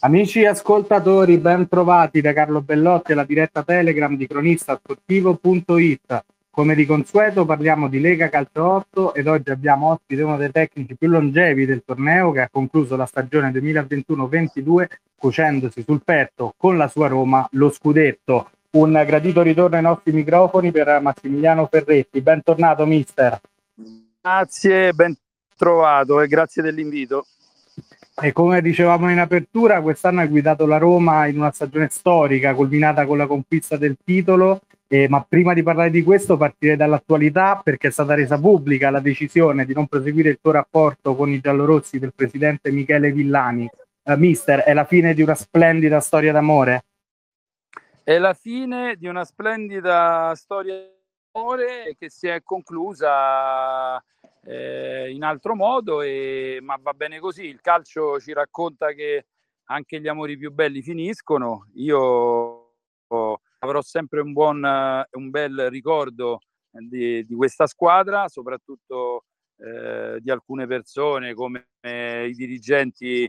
Amici ascoltatori, ben trovati da Carlo Bellotti alla diretta Telegram di cronistasportivo.it. Come di consueto parliamo di Lega Calcio 8 ed oggi abbiamo ospite uno dei tecnici più longevi del torneo che ha concluso la stagione 2021-22 cucendosi sul petto con la sua Roma lo scudetto. Un gradito ritorno ai nostri microfoni per Massimiliano Ferretti. Bentornato mister. Grazie, ben trovato e grazie dell'invito. E come dicevamo in apertura, quest'anno hai guidato la Roma in una stagione storica, culminata con la conquista del titolo. Ma prima di parlare di questo, partirei dall'attualità, perché è stata resa pubblica la decisione di non proseguire il tuo rapporto con i giallorossi del presidente Michele Villani. Mister, è la fine di una splendida storia d'amore? È la fine di una splendida storia d'amore che si è conclusa in altro modo, ma va bene così. Il calcio ci racconta che anche gli amori più belli finiscono. Io avrò sempre un bel ricordo di questa squadra, soprattutto di alcune persone come i dirigenti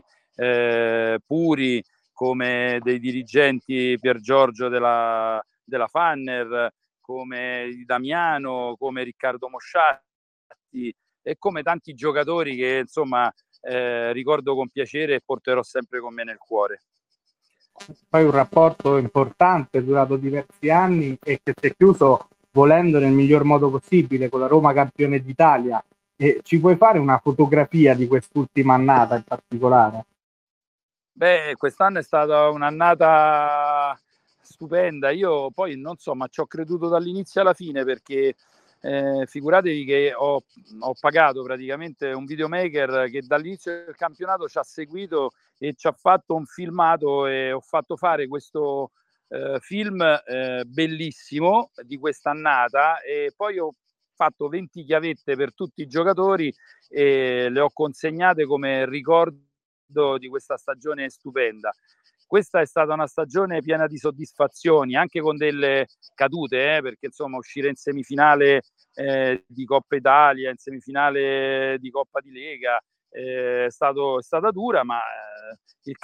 Puri, come dei dirigenti Pier Giorgio della Fanner, come Damiano, come Riccardo Mosciatti e come tanti giocatori che insomma ricordo con piacere e porterò sempre con me nel cuore. Poi un rapporto importante, durato diversi anni e che si è chiuso volendo nel miglior modo possibile con la Roma campione d'Italia. E ci puoi fare una fotografia di quest'ultima annata in particolare? Beh, quest'anno è stata un'annata stupenda. Io poi non so, ma ci ho creduto dall'inizio alla fine perché figuratevi che ho pagato praticamente un videomaker che dall'inizio del campionato ci ha seguito e ci ha fatto un filmato e ho fatto fare questo film bellissimo di quest'annata e poi ho fatto 20 chiavette per tutti i giocatori e le ho consegnate come ricordo di questa stagione stupenda. Questa è stata una stagione piena di soddisfazioni, anche con delle cadute, perché insomma uscire in semifinale di Coppa Italia, in semifinale di Coppa di Lega è stata dura, ma il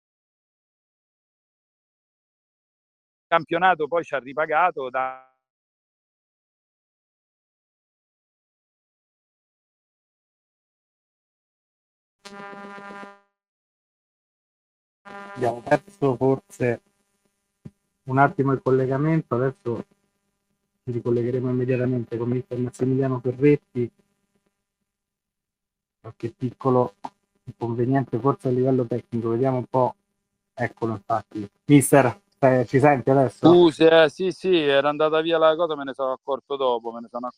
campionato poi ci ha ripagato Abbiamo perso forse un attimo il collegamento, adesso ci ricollegheremo immediatamente con mister Massimiliano Ferretti. Qualche piccolo inconveniente forse a livello tecnico, vediamo un po'. Eccolo infatti. Mister, ci senti adesso? sì, era andata via la cosa, me ne sono accorto dopo,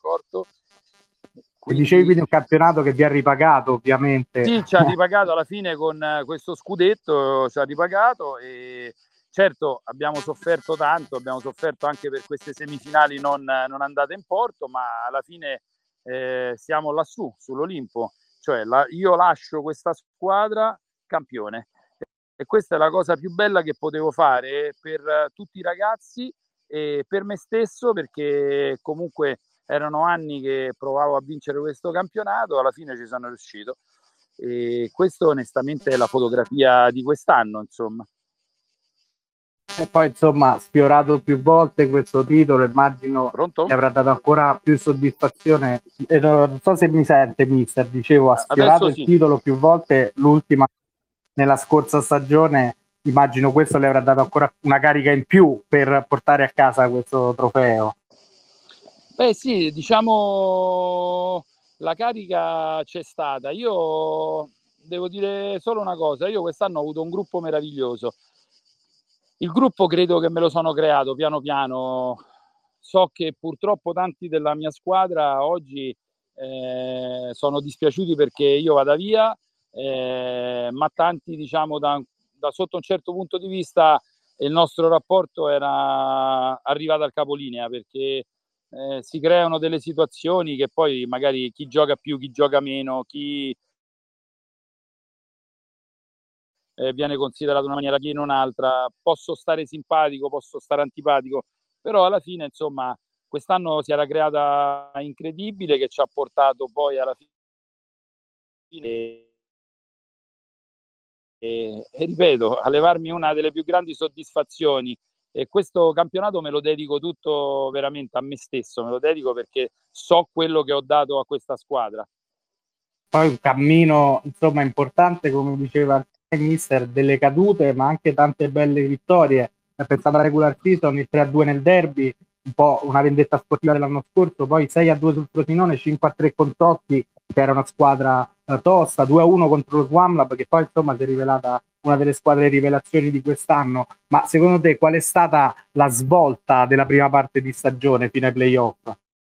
E dicevi Quindi quindi un campionato che vi ha ripagato ovviamente. sì, ci ha ripagato alla fine con questo scudetto, ci ha ripagato e certo abbiamo sofferto tanto, abbiamo sofferto anche per queste semifinali non andate in porto, ma alla fine siamo lassù, sull'Olimpo, cioè io lascio questa squadra campione e questa è la cosa più bella che potevo fare per tutti i ragazzi e per me stesso, perché comunque erano anni che provavo a vincere questo campionato, alla fine ci sono riuscito. E questo onestamente è la fotografia di quest'anno, insomma. E poi insomma sfiorato più volte questo titolo, immagino Pronto? ti avrà dato ancora più soddisfazione. Non so se mi sente mister, dicevo ha sfiorato Adesso il sì. titolo più volte, l'ultima nella scorsa stagione, immagino questo le avrà dato ancora una carica in più per portare a casa questo trofeo. Beh sì, diciamo la carica c'è stata. Io devo dire solo una cosa, io quest'anno ho avuto un gruppo meraviglioso. Il gruppo credo che me lo sono creato piano piano. So che purtroppo tanti della mia squadra oggi sono dispiaciuti perché io vada via, ma tanti diciamo da sotto un certo punto di vista il nostro rapporto era arrivato al capolinea perché si creano delle situazioni che poi magari chi gioca più, chi gioca meno, chi viene considerato in una maniera, chi in un'altra. Posso stare simpatico, posso stare antipatico, però alla fine, insomma, quest'anno si era creata incredibile che ci ha portato poi alla fine e ripeto, a levarmi una delle più grandi soddisfazioni. E questo campionato me lo dedico tutto veramente a me stesso, me lo dedico perché so quello che ho dato a questa squadra. Poi un cammino insomma importante, come diceva il mister, delle cadute ma anche tante belle vittorie. Pensate alla regular season, il 3-2 nel derby, un po' una vendetta sportiva dell'anno scorso, poi 6-2 sul Frosinone, 5-3 con Totti, che era una squadra tosta, 2-1 contro lo Swamlab, che poi insomma si è rivelata una delle squadre rivelazioni di quest'anno. Ma secondo te qual è stata la svolta della prima parte di stagione fino ai playoff?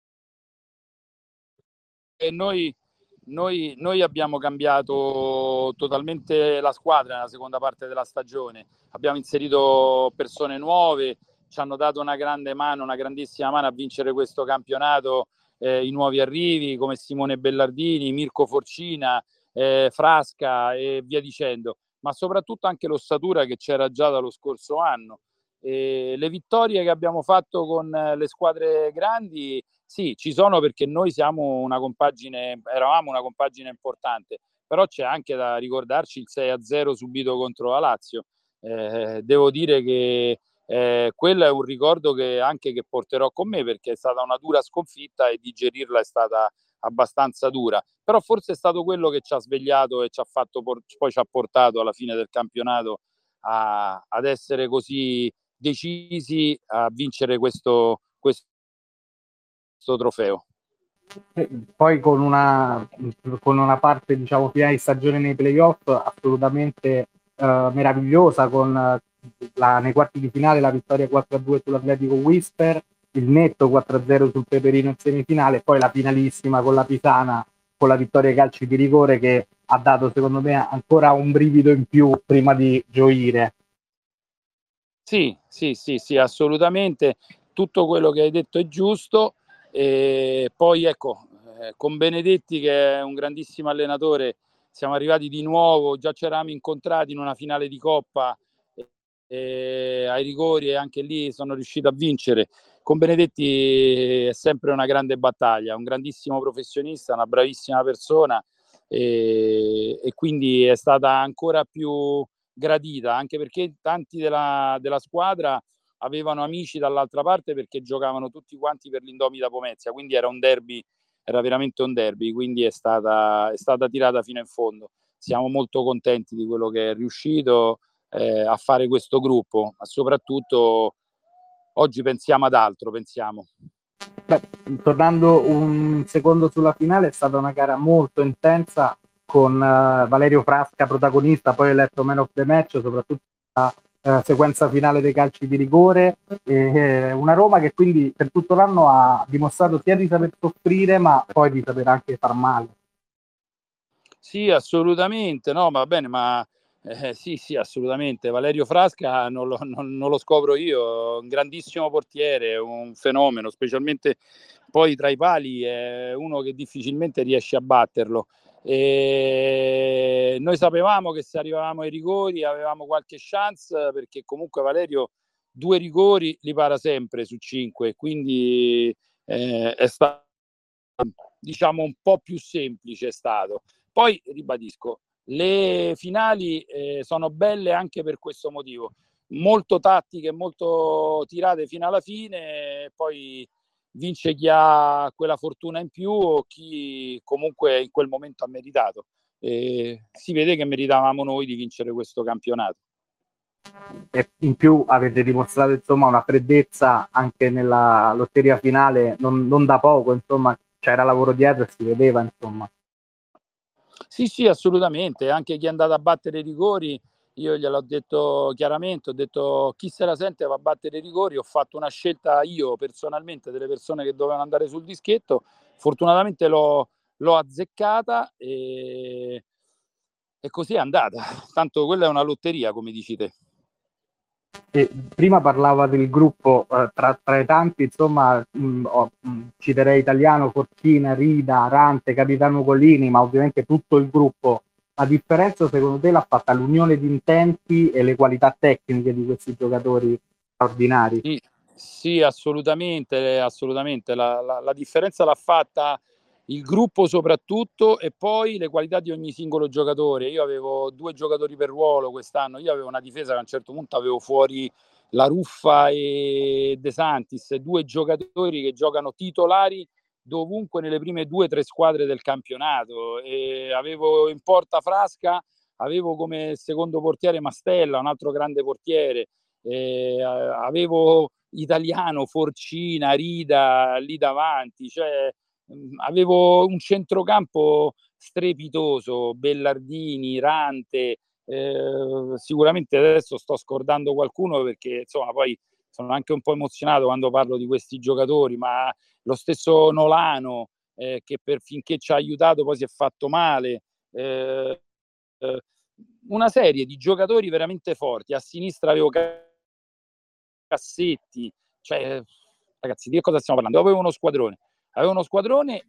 E noi abbiamo cambiato totalmente la squadra nella seconda parte della stagione, abbiamo inserito persone nuove, ci hanno dato una grande mano, una grandissima mano a vincere questo campionato, i nuovi arrivi come Simone Bellardini, Mirko Forcina, Frasca e via dicendo, ma soprattutto anche l'ossatura che c'era già dallo scorso anno. Le vittorie che abbiamo fatto con le squadre grandi, sì, ci sono perché noi siamo eravamo una compagine importante, però c'è anche da ricordarci il 6-0 subito contro la Lazio. Devo dire che quello è un ricordo che porterò con me perché è stata una dura sconfitta e digerirla è stata abbastanza dura, però forse è stato quello che ci ha svegliato e ci ha fatto poi ci ha portato alla fine del campionato ad essere così decisi a vincere questo trofeo. Poi con una parte diciamo finale di stagione nei playoff assolutamente meravigliosa con nei quarti di finale la vittoria 4-2 sull'Atletico Whisper, il netto 4-0 sul Peperino in semifinale e poi la finalissima con la Pisana con la vittoria ai calci di rigore che ha dato secondo me ancora un brivido in più prima di gioire. Sì, sì, sì, sì, assolutamente. Tutto quello che hai detto è giusto. E poi ecco, con Benedetti che è un grandissimo allenatore, siamo arrivati di nuovo, già ci eravamo incontrati in una finale di Coppa ai rigori e anche lì sono riuscito a vincere. Con Benedetti è sempre una grande battaglia, un grandissimo professionista, una bravissima persona e quindi è stata ancora più gradita, anche perché tanti della squadra avevano amici dall'altra parte perché giocavano tutti quanti per l'Indomita Pomezia, quindi era un derby, era veramente un derby, quindi è stata tirata fino in fondo. Siamo molto contenti di quello che è riuscito a fare questo gruppo, ma soprattutto oggi pensiamo ad altro, pensiamo. Beh, tornando un secondo sulla finale, è stata una gara molto intensa con Valerio Frasca protagonista, poi eletto man of the match, soprattutto la sequenza finale dei calci di rigore. Una Roma che quindi per tutto l'anno ha dimostrato sia di saper soffrire, ma poi di saper anche far male. Sì, assolutamente, no, va bene, ma sì, sì, assolutamente. Valerio Frasca non lo scopro io, un grandissimo portiere, un fenomeno, specialmente poi tra i pali è uno che difficilmente riesce a batterlo. E noi sapevamo che se arrivavamo ai rigori avevamo qualche chance perché comunque Valerio 2 rigori li para sempre su 5, quindi è stato diciamo un po' più semplice è stato. Poi ribadisco, le finali sono belle anche per questo motivo, molto tattiche, molto tirate fino alla fine, poi vince chi ha quella fortuna in più o chi comunque in quel momento ha meritato. Si vede che meritavamo noi di vincere questo campionato. E in più avete dimostrato insomma una freddezza anche nella lotteria finale, non da poco, insomma c'era lavoro dietro e si vedeva insomma. Sì, sì, assolutamente. Anche chi è andato a battere i rigori, io gliel'ho detto chiaramente, ho detto chi se la sente va a battere i rigori, ho fatto una scelta io personalmente delle persone che dovevano andare sul dischetto, fortunatamente l'ho azzeccata e così è andata. Tanto quella è una lotteria, come dici te. E prima parlava del gruppo, tra i tanti, insomma, citerei Italiano, Forchina, Rida, Arante, Capitano Collini, ma ovviamente tutto il gruppo. La differenza secondo te l'ha fatta l'unione di intenti e le qualità tecniche di questi giocatori straordinari? Sì, sì, assolutamente, assolutamente. La differenza l'ha fatta il gruppo soprattutto, e poi le qualità di ogni singolo giocatore. Io avevo 2 giocatori per ruolo quest'anno, io avevo una difesa che a un certo punto avevo fuori la Ruffa e De Santis, 2 giocatori che giocano titolari dovunque nelle prime 2-3 squadre del campionato, e avevo in porta Frasca, avevo come secondo portiere Mastella, un altro grande portiere, avevo Italiano, Forcina, Rida lì davanti, cioè avevo un centrocampo strepitoso, Bellardini, Rante, sicuramente adesso sto scordando qualcuno perché insomma poi sono anche un po' emozionato quando parlo di questi giocatori, ma lo stesso Nolano, che finché ci ha aiutato poi si è fatto male, eh, eh, una serie di giocatori veramente forti. A sinistra avevo Cassetti, cioè ragazzi, di che cosa stiamo parlando? Avevo uno squadrone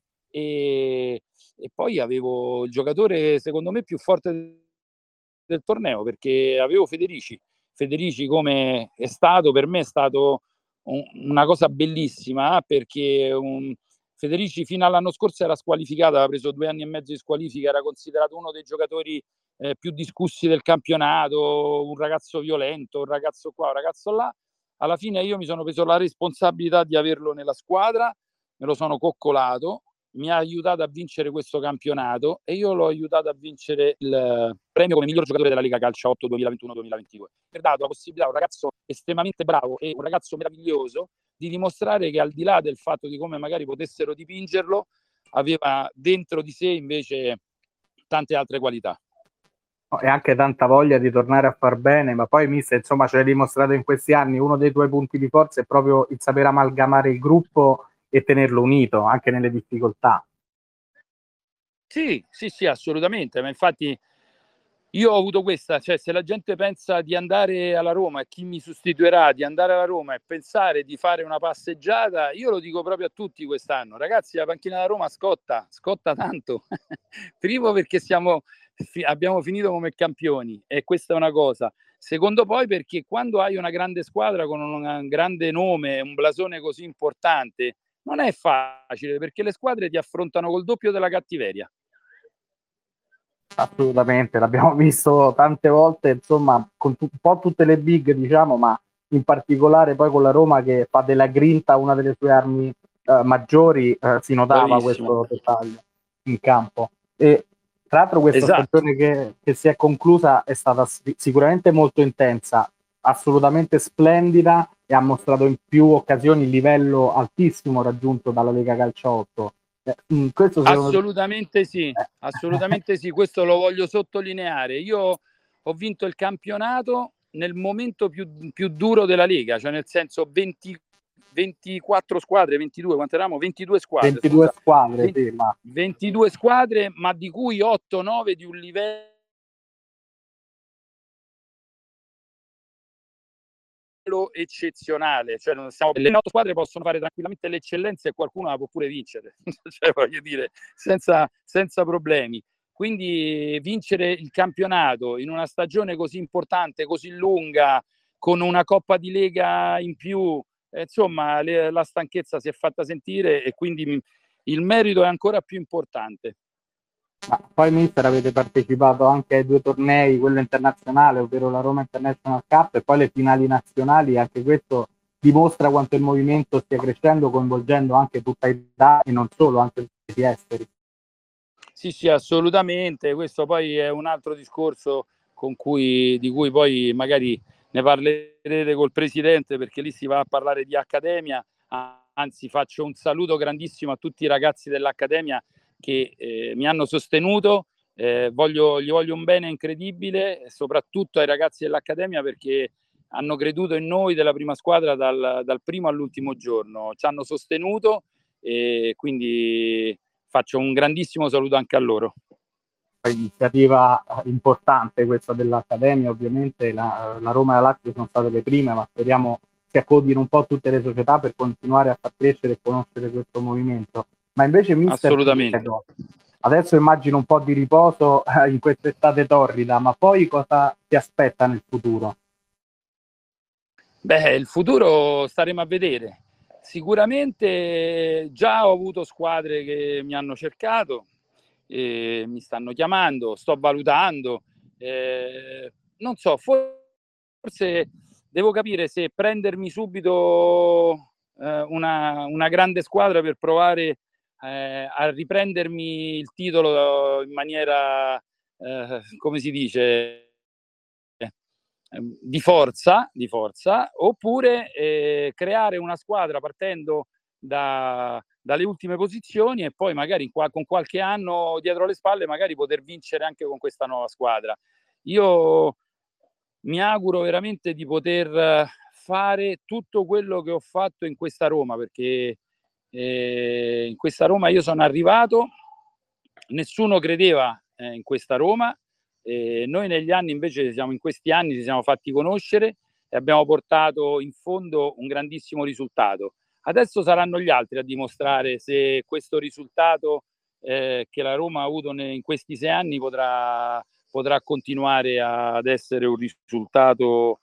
e poi avevo il giocatore secondo me più forte del torneo, perché avevo Federici come è stato, per me è stato una cosa bellissima, perché Federici fino all'anno scorso era squalificato, aveva preso 2 anni e mezzo di squalifica, era considerato uno dei giocatori più discussi del campionato, un ragazzo violento, un ragazzo qua, un ragazzo là. Alla fine io mi sono preso la responsabilità di averlo nella squadra, me lo sono coccolato, mi ha aiutato a vincere questo campionato e io l'ho aiutato a vincere il premio come miglior giocatore della Lega Calcio 8 2021-2022. Per dato la possibilità a un ragazzo estremamente bravo e un ragazzo meraviglioso di dimostrare che, al di là del fatto di come magari potessero dipingerlo, aveva dentro di sé invece tante altre qualità. E anche tanta voglia di tornare a far bene, ma poi mister, insomma, ce l'hai dimostrato in questi anni, uno dei tuoi punti di forza è proprio il saper amalgamare il gruppo e tenerlo unito anche nelle difficoltà. Sì, sì, sì, assolutamente, ma infatti io ho avuto questa, cioè se la gente pensa di andare alla Roma e chi mi sostituirà di andare alla Roma e pensare di fare una passeggiata, io lo dico proprio a tutti quest'anno, ragazzi, la panchina della Roma scotta tanto. Primo perché abbiamo finito come campioni e questa è una cosa. Secondo poi perché quando hai una grande squadra con un grande nome, un blasone così importante, non è facile, perché le squadre ti affrontano col doppio della cattiveria. Assolutamente, l'abbiamo visto tante volte, insomma, con un po' tutte le big, diciamo, ma in particolare poi con la Roma che fa della grinta una delle sue armi maggiori, si notava Bravissimo. questo dettaglio in campo. E tra l'altro questa Esatto. stagione che si è conclusa è stata sicuramente molto intensa, assolutamente splendida e ha mostrato in più occasioni il livello altissimo raggiunto dalla Lega Calcio 8. Questo Assolutamente sì, assolutamente sì, questo lo voglio sottolineare. Io ho vinto il campionato nel momento più duro della Lega, cioè nel senso 24 squadre, 22, quante eravamo? 22 squadre, 22 scusa. squadre, sì, ma 22 squadre, ma di cui 8-9 di un livello eccezionale, cioè le 8 squadre possono fare tranquillamente l'eccellenza e qualcuno la può pure vincere, cioè, voglio dire, senza problemi. Quindi vincere il campionato in una stagione così importante, così lunga, con una Coppa di Lega in più, insomma, la stanchezza si è fatta sentire e quindi il merito è ancora più importante. Ma poi mister avete partecipato anche ai 2 tornei, quello internazionale, ovvero la Roma International Cup e poi le finali nazionali, anche questo dimostra quanto il movimento stia crescendo, coinvolgendo anche tutta Italia e non solo, anche gli esteri. Sì, sì, assolutamente. Questo poi è un altro discorso di cui poi magari ne parlerete col presidente, perché lì si va a parlare di accademia. Anzi, faccio un saluto grandissimo a tutti i ragazzi dell'accademia che mi hanno sostenuto. Gli voglio un bene incredibile, soprattutto ai ragazzi dell'accademia, perché hanno creduto in noi della prima squadra dal primo all'ultimo giorno. Ci hanno sostenuto e quindi faccio un grandissimo saluto anche a loro. Iniziativa importante questa dell'Accademia, ovviamente la Roma e la Lazio sono state le prime, ma speriamo si accodino un po' tutte le società per continuare a far crescere e conoscere questo movimento. Ma invece mister, Assolutamente. adesso immagino un po' di riposo in quest'estate torrida, ma poi cosa ti aspetta nel futuro? Beh, il futuro staremo a vedere. Sicuramente già ho avuto squadre che mi hanno cercato, mi stanno chiamando, sto valutando, non so, forse devo capire se prendermi subito una grande squadra per provare a riprendermi il titolo in maniera, come si dice, di forza, oppure creare una squadra partendo dalle ultime posizioni e poi magari con qualche anno dietro le spalle magari poter vincere anche con questa nuova squadra. Io mi auguro veramente di poter fare tutto quello che ho fatto in questa Roma, perché in questa Roma io sono arrivato, nessuno credeva in questa Roma, noi negli anni invece in questi anni ci siamo fatti conoscere e abbiamo portato in fondo un grandissimo risultato. Adesso saranno gli altri a dimostrare se questo risultato che la Roma ha avuto in questi 6 anni potrà continuare ad essere un risultato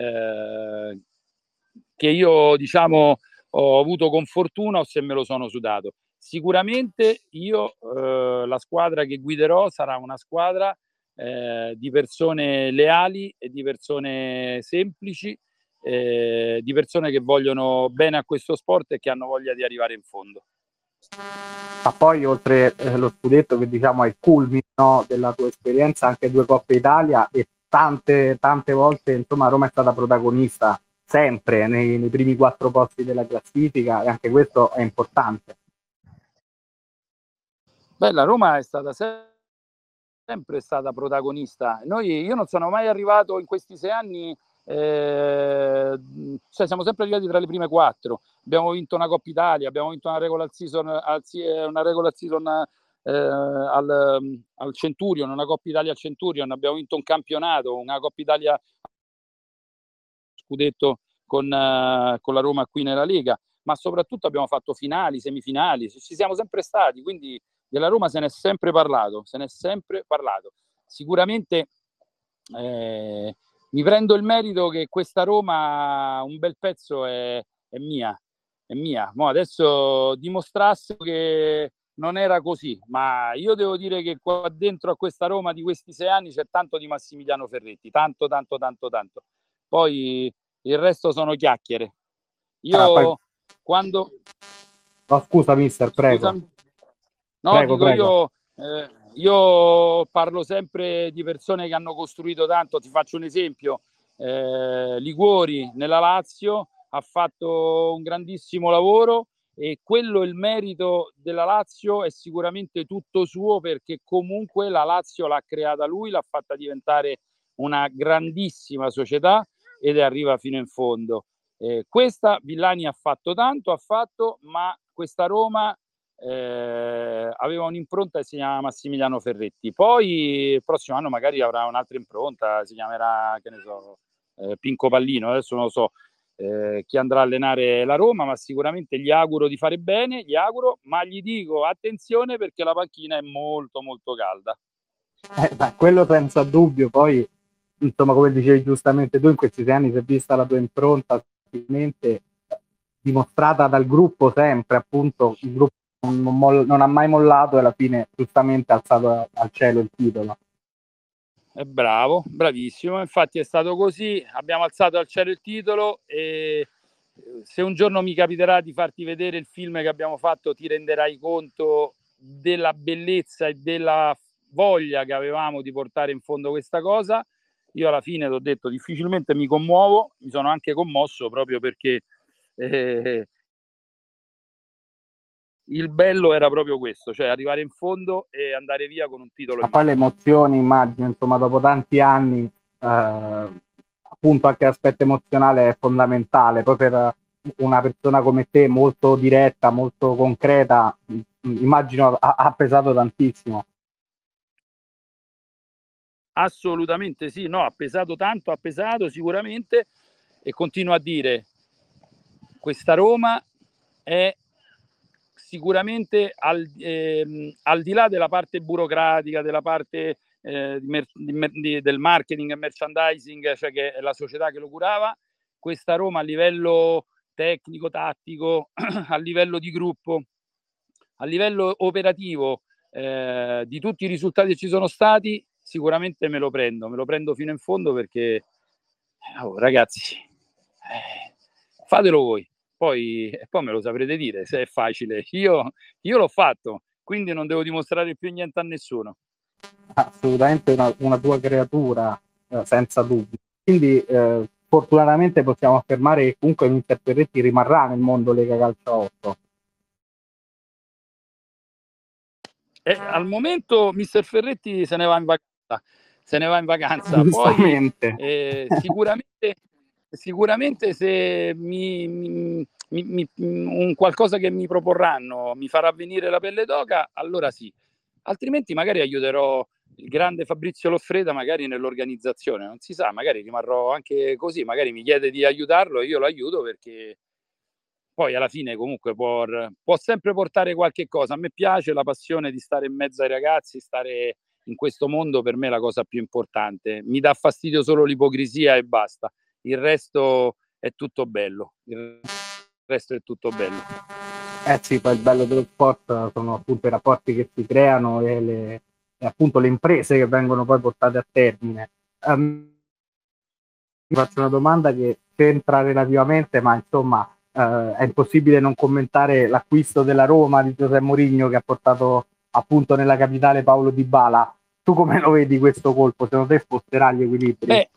che io ho avuto con fortuna o se me lo sono sudato. Sicuramente io la squadra che guiderò sarà una squadra di persone leali e di persone semplici, di persone che vogliono bene a questo sport e che hanno voglia di arrivare in fondo. Ma poi oltre lo scudetto che diciamo è il culmine, no, della tua esperienza, anche 2 Coppe Italia e tante volte insomma Roma è stata protagonista sempre nei primi 4 posti della classifica e anche questo è importante. Beh, la Roma è stata sempre stata protagonista. Io non sono mai arrivato in questi 6 anni, cioè siamo sempre arrivati tra le prime 4. Abbiamo vinto una Coppa Italia, abbiamo vinto una regular season al Centurion, una Coppa Italia al Centurion, abbiamo vinto un campionato, una Coppa Italia scudetto con la Roma qui nella Lega, ma soprattutto abbiamo fatto finali, semifinali, ci siamo sempre stati, quindi della Roma se n'è sempre parlato. Sicuramente mi prendo il merito che questa Roma un bel pezzo è mia. Mo adesso dimostrasse che non era così, ma io devo dire che qua dentro a questa Roma di questi 6 anni c'è tanto di Massimiliano Ferretti, tanto. Poi il resto sono chiacchiere. Io quando... No, scusa mister, prego. Scusami. No, prego. Io parlo sempre di persone che hanno costruito tanto. Ti faccio un esempio. Liguori nella Lazio ha fatto un grandissimo lavoro e quello, il merito della Lazio è sicuramente tutto suo, perché comunque la Lazio l'ha creata lui, l'ha fatta diventare una grandissima società ed arriva fino in fondo. Questa Villani ha fatto tanto, ma questa Roma aveva un'impronta e si chiama Massimiliano Ferretti. Poi il prossimo anno magari avrà un'altra impronta, si chiamerà, che ne so, Pinco Pallino, adesso non lo so chi andrà a allenare la Roma, ma sicuramente gli auguro di fare bene, ma gli dico attenzione perché la panchina è molto molto calda. Quello senza dubbio. Poi insomma, come dicevi giustamente tu, in questi 6 anni si è vista la tua impronta dimostrata dal gruppo sempre, appunto il gruppo non ha mai mollato e alla fine giustamente ha alzato al cielo il titolo. Bravo, bravissimo, infatti è stato così, abbiamo alzato al cielo il titolo e se un giorno mi capiterà di farti vedere il film che abbiamo fatto ti renderai conto della bellezza e della voglia che avevamo di portare in fondo questa cosa. Io alla fine ti ho detto difficilmente mi commuovo, mi sono anche commosso proprio perché il bello era proprio questo, cioè arrivare in fondo e andare via con un titolo. Ma poi le emozioni, immagino, insomma, dopo tanti anni, appunto anche l'aspetto emozionale è fondamentale. Poi per una persona come te, molto diretta, molto concreta, immagino ha pesato tantissimo. Assolutamente sì, no, ha pesato tanto, ha pesato sicuramente, e continuo a dire, questa Roma è sicuramente al di là della parte burocratica, della parte del marketing e merchandising, cioè che è la società che lo curava, questa Roma a livello tecnico, tattico, a livello di gruppo, a livello operativo, di tutti i risultati che ci sono stati, sicuramente me lo prendo fino in fondo, perché ragazzi, fatelo voi, poi me lo saprete dire se è facile. Io l'ho fatto, quindi non devo dimostrare più niente a nessuno. Assolutamente una tua creatura, senza dubbio. Quindi fortunatamente possiamo affermare che comunque Mister Ferretti rimarrà nel mondo Lega Calcio 8. Al momento Mister Ferretti se ne va in vacanza, poi Giustamente. sicuramente se un qualcosa che mi proporranno mi farà venire la pelle d'oca, allora sì, altrimenti magari aiuterò il grande Fabrizio Loffreda magari nell'organizzazione, non si sa, magari rimarrò anche così, magari mi chiede di aiutarlo e io lo aiuto, perché poi alla fine comunque può sempre portare qualche cosa. A me piace la passione di stare in mezzo ai ragazzi, stare in questo mondo, per me è la cosa più importante. Mi dà fastidio solo l'ipocrisia e basta. Il resto è tutto bello. Sì, poi il bello dello sport sono appunto i rapporti che si creano e appunto le imprese che vengono poi portate a termine. Vi faccio una domanda che c'entra relativamente, ma insomma è impossibile non commentare l'acquisto della Roma di José Mourinho, che ha portato appunto nella capitale Paulo Dybala. Tu come lo vedi questo colpo? Secondo te sposterà gli equilibri?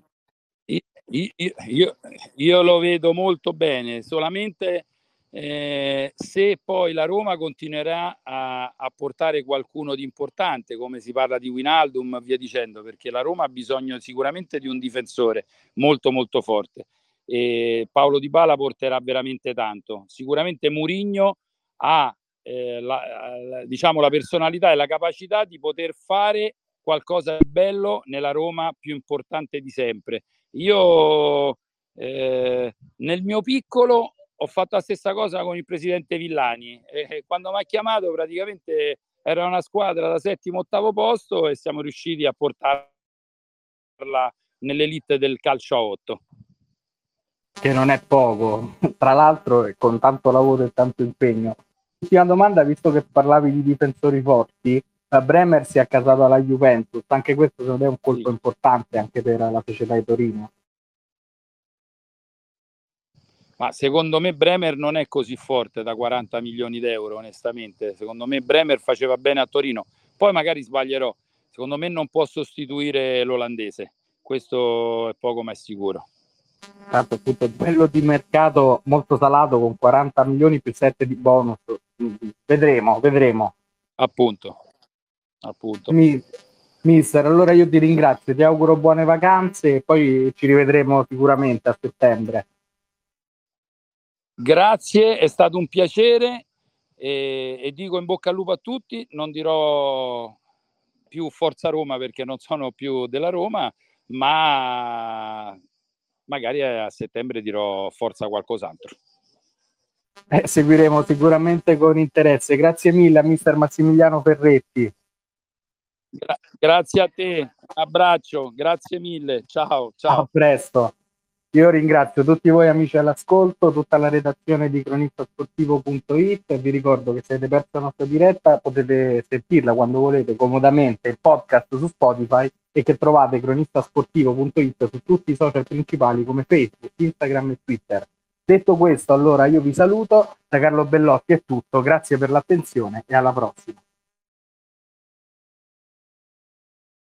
Io lo vedo molto bene, solamente se poi la Roma continuerà a portare qualcuno di importante, come si parla di Wijnaldum, via dicendo, perché la Roma ha bisogno sicuramente di un difensore molto molto forte, e Paulo Dybala porterà veramente tanto. Sicuramente Mourinho ha diciamo la personalità e la capacità di poter fare qualcosa di bello nella Roma più importante di sempre. Io nel mio piccolo ho fatto la stessa cosa con il presidente Villani, quando mi ha chiamato praticamente era una squadra da settimo, ottavo posto, e siamo riusciti a portarla nell'elite del calcio a 8. Che non è poco, tra l'altro con tanto lavoro e tanto impegno. Ultima domanda, visto che parlavi di difensori forti, Bremer si è accasato alla Juventus, anche questo secondo me è un colpo importante anche per la società di Torino. Ma secondo me Bremer non è così forte da 40 milioni d'euro, onestamente. Secondo me Bremer faceva bene a Torino, poi magari sbaglierò, secondo me non può sostituire l'olandese, questo è poco ma è sicuro. Tanto appunto bello di mercato molto salato con 40 milioni più 7 di bonus, vedremo. Appunto. Mister, allora io ti ringrazio, ti auguro buone vacanze e poi ci rivedremo sicuramente a settembre. Grazie, è stato un piacere, e dico in bocca al lupo a tutti. Non dirò più Forza Roma perché non sono più della Roma, ma magari a settembre dirò Forza qualcos'altro. Seguiremo sicuramente con interesse. Grazie mille a mister Massimiliano Ferretti. Grazie a te, un abbraccio, grazie mille, ciao. A presto. Io ringrazio tutti voi amici all'ascolto, tutta la redazione di cronistasportivo.it, e vi ricordo che se avete perso la nostra diretta potete sentirla quando volete comodamente il podcast su Spotify, e che trovate cronistasportivo.it su tutti i social principali come Facebook, Instagram e Twitter. Detto questo, allora io vi saluto, da Carlo Bellotti è tutto, grazie per l'attenzione e alla prossima.